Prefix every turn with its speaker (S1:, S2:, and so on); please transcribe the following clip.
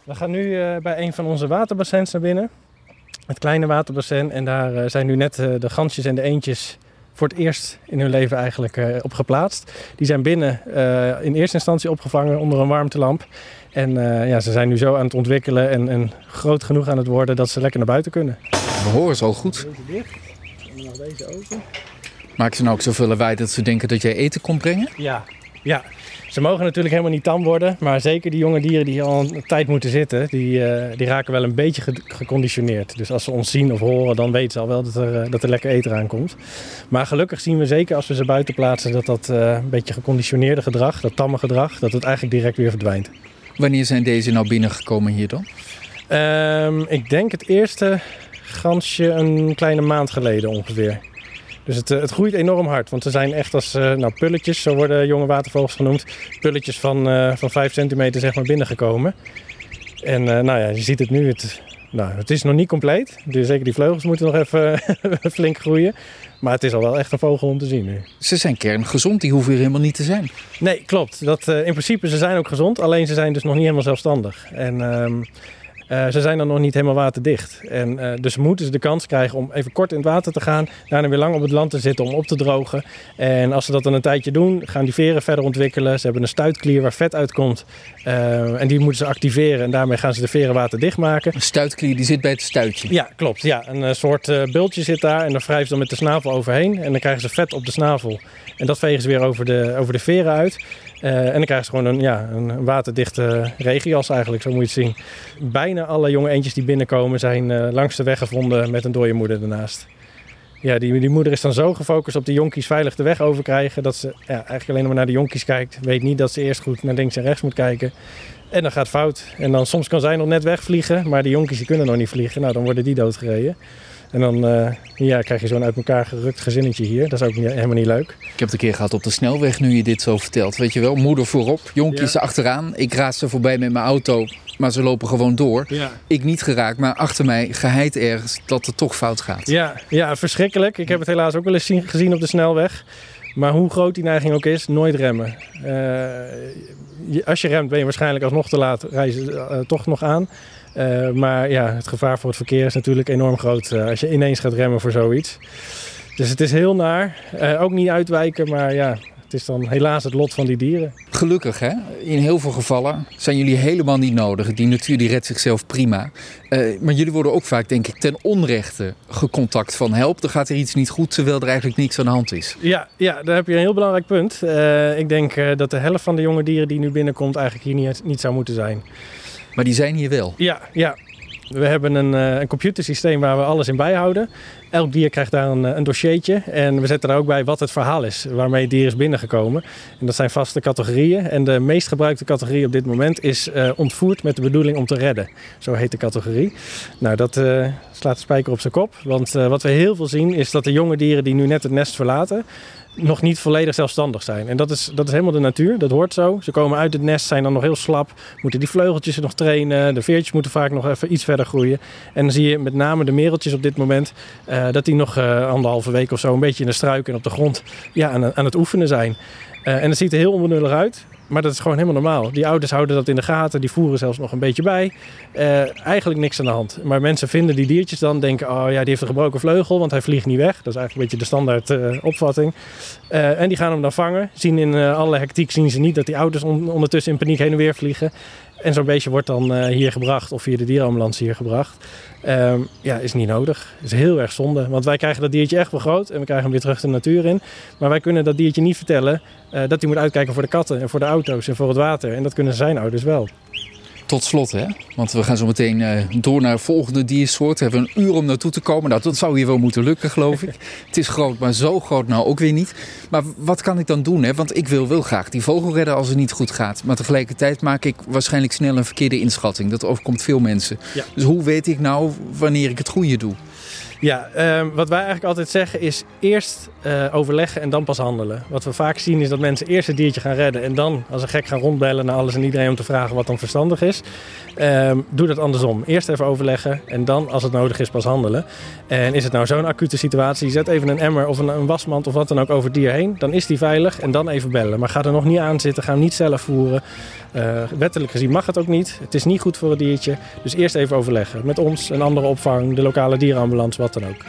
S1: We gaan nu bij een van onze waterbassins naar binnen. Het kleine waterbassin. En daar zijn nu net de gansjes en de eendjes voor het eerst in hun leven eigenlijk op geplaatst. Die zijn binnen in eerste instantie opgevangen onder een warmtelamp. En ze zijn nu zo aan het ontwikkelen en groot genoeg aan het worden dat ze lekker naar buiten kunnen.
S2: We horen ze al goed.
S1: Deze dicht en nog deze open.
S2: Maken ze nou ook zoveel lawaai dat ze denken dat jij eten komt brengen?
S1: Ja. Ze mogen natuurlijk helemaal niet tam worden, maar zeker die jonge dieren die al een tijd moeten zitten, die raken wel een beetje geconditioneerd. Dus als ze ons zien of horen, dan weten ze al wel dat er lekker eten aankomt. Maar gelukkig zien we zeker als we ze buiten plaatsen dat een beetje geconditioneerde gedrag, dat tamme gedrag, dat het eigenlijk direct weer verdwijnt.
S2: Wanneer zijn deze nou binnengekomen hier dan?
S1: Ik denk het eerste gansje een kleine maand geleden ongeveer. Dus het groeit enorm hard, want ze zijn echt als pulletjes, zo worden jonge watervogels genoemd, pulletjes van 5 centimeter zeg maar binnengekomen. En je ziet het nu, het is nog niet compleet, dus zeker die vleugels moeten nog even flink groeien. Maar het is al wel echt een vogel om te zien nu.
S2: Ze zijn kerngezond, die hoeven hier helemaal niet te zijn.
S1: Nee, klopt. In principe ze zijn ook gezond, alleen ze zijn dus nog niet helemaal zelfstandig. En ze zijn dan nog niet helemaal waterdicht. En dus moeten ze de kans krijgen om even kort in het water te gaan. Daarna weer lang op het land te zitten om op te drogen. En als ze dat dan een tijdje doen, gaan die veren verder ontwikkelen. Ze hebben een stuitklier waar vet uitkomt. En die moeten ze activeren. En daarmee gaan ze de veren waterdicht maken.
S2: Een stuitklier die zit bij het stuitje?
S1: Ja, klopt. Ja. Een soort bultje zit daar. En daar wrijven ze dan met de snavel overheen. En dan krijgen ze vet op de snavel. En dat vegen ze weer over de veren uit. En dan krijgen ze gewoon een waterdichte regenjas eigenlijk, zo moet je het zien. Bijna alle jonge eendjes die binnenkomen zijn langs de weg gevonden met een dode moeder ernaast. Ja, die moeder is dan zo gefocust op de jonkies veilig de weg over krijgen dat ze eigenlijk alleen maar naar de jonkies kijkt. Weet niet dat ze eerst goed naar links en rechts moet kijken. En dan gaat het fout. En dan soms kan zij nog net wegvliegen, maar die jonkies die kunnen nog niet vliegen. Nou, dan worden die doodgereden. En dan krijg je zo'n uit elkaar gerukt gezinnetje hier. Dat is ook helemaal niet leuk.
S2: Ik heb het een keer gehad op de snelweg nu je dit zo vertelt. Weet je wel, moeder voorop, jonkies achteraan. Ik raas ze voorbij met mijn auto, maar ze lopen gewoon door. Ja. Ik niet geraakt, maar achter mij geheid ergens dat het toch fout gaat.
S1: Ja, verschrikkelijk. Ik heb het helaas ook wel eens gezien op de snelweg. Maar hoe groot die neiging ook is, nooit remmen. Als je remt ben je waarschijnlijk alsnog te laat, rij je toch nog aan. Maar het gevaar voor het verkeer is natuurlijk enorm groot als je ineens gaat remmen voor zoiets. Dus het is heel naar. Ook niet uitwijken, maar het is dan helaas het lot van die dieren.
S2: Gelukkig, hè? In heel veel gevallen zijn jullie helemaal niet nodig. Die natuur die redt zichzelf prima. Maar jullie worden ook vaak, denk ik, ten onrechte gecontact van help. Er gaat er iets niet goed, terwijl er eigenlijk niks aan de hand is. Ja,
S1: daar heb je een heel belangrijk punt. Ik denk dat de helft van de jonge dieren die nu binnenkomt eigenlijk hier niet zou moeten zijn.
S2: Maar die zijn hier wel?
S1: Ja. We hebben een computersysteem waar we alles in bijhouden. Elk dier krijgt daar een dossiertje. En we zetten daar ook bij wat het verhaal is waarmee het dier is binnengekomen. En dat zijn vaste categorieën. En de meest gebruikte categorie op dit moment is ontvoerd met de bedoeling om te redden. Zo heet de categorie. Nou, dat slaat de spijker op zijn kop. Want wat we heel veel zien is dat de jonge dieren die nu net het nest verlaten nog niet volledig zelfstandig zijn. En dat is helemaal de natuur, dat hoort zo. Ze komen uit het nest, zijn dan nog heel slap, moeten die vleugeltjes nog trainen, de veertjes moeten vaak nog even iets verder groeien. En dan zie je met name de mereltjes op dit moment, dat die nog 1,5 week of zo een beetje in de struiken en op de grond aan het oefenen zijn. En dat ziet er heel onbenullig uit. Maar dat is gewoon helemaal normaal. Die ouders houden dat in de gaten. Die voeren zelfs nog een beetje bij. Eigenlijk niks aan de hand. Maar mensen vinden die diertjes dan. Denken, die heeft een gebroken vleugel. Want hij vliegt niet weg. Dat is eigenlijk een beetje de standaard opvatting. En die gaan hem dan vangen. Zien in alle hectiek zien ze niet dat die ouders ondertussen in paniek heen en weer vliegen. En zo'n beestje wordt dan hier gebracht. Of via de dierenambulance hier gebracht. Is niet nodig. Is heel erg zonde. Want wij krijgen dat diertje echt wel groot. En we krijgen hem weer terug de natuur in. Maar wij kunnen dat diertje niet vertellen dat hij moet uitkijken voor de katten en voor de auto's en voor het water. En dat kunnen zijn ouders wel.
S2: Tot slot, hè? Want we gaan zo meteen door naar de volgende diersoort. We hebben een uur om naartoe te komen. Nou, dat zou hier wel moeten lukken, geloof ik. Het is groot, maar zo groot nou ook weer niet. Maar wat kan ik dan doen, hè? Want ik wil graag die vogel redden als het niet goed gaat. Maar tegelijkertijd maak ik waarschijnlijk snel een verkeerde inschatting. Dat overkomt veel mensen. Ja. Dus hoe weet ik nou wanneer ik het goede doe?
S1: Ja, wat wij eigenlijk altijd zeggen is eerst overleggen en dan pas handelen. Wat we vaak zien is dat mensen eerst het diertje gaan redden en dan als een gek gaan rondbellen naar alles en iedereen om te vragen wat dan verstandig is. Doe dat andersom. Eerst even overleggen en dan als het nodig is pas handelen. En is het nou zo'n acute situatie, zet even een emmer of een wasmand of wat dan ook over het dier heen. Dan is die veilig en dan even bellen. Maar ga er nog niet aan zitten, ga hem niet zelf voeren. Wettelijk gezien mag het ook niet. Het is niet goed voor het diertje. Dus eerst even overleggen met ons, een andere opvang, de lokale dierenambulance, wat dan ook.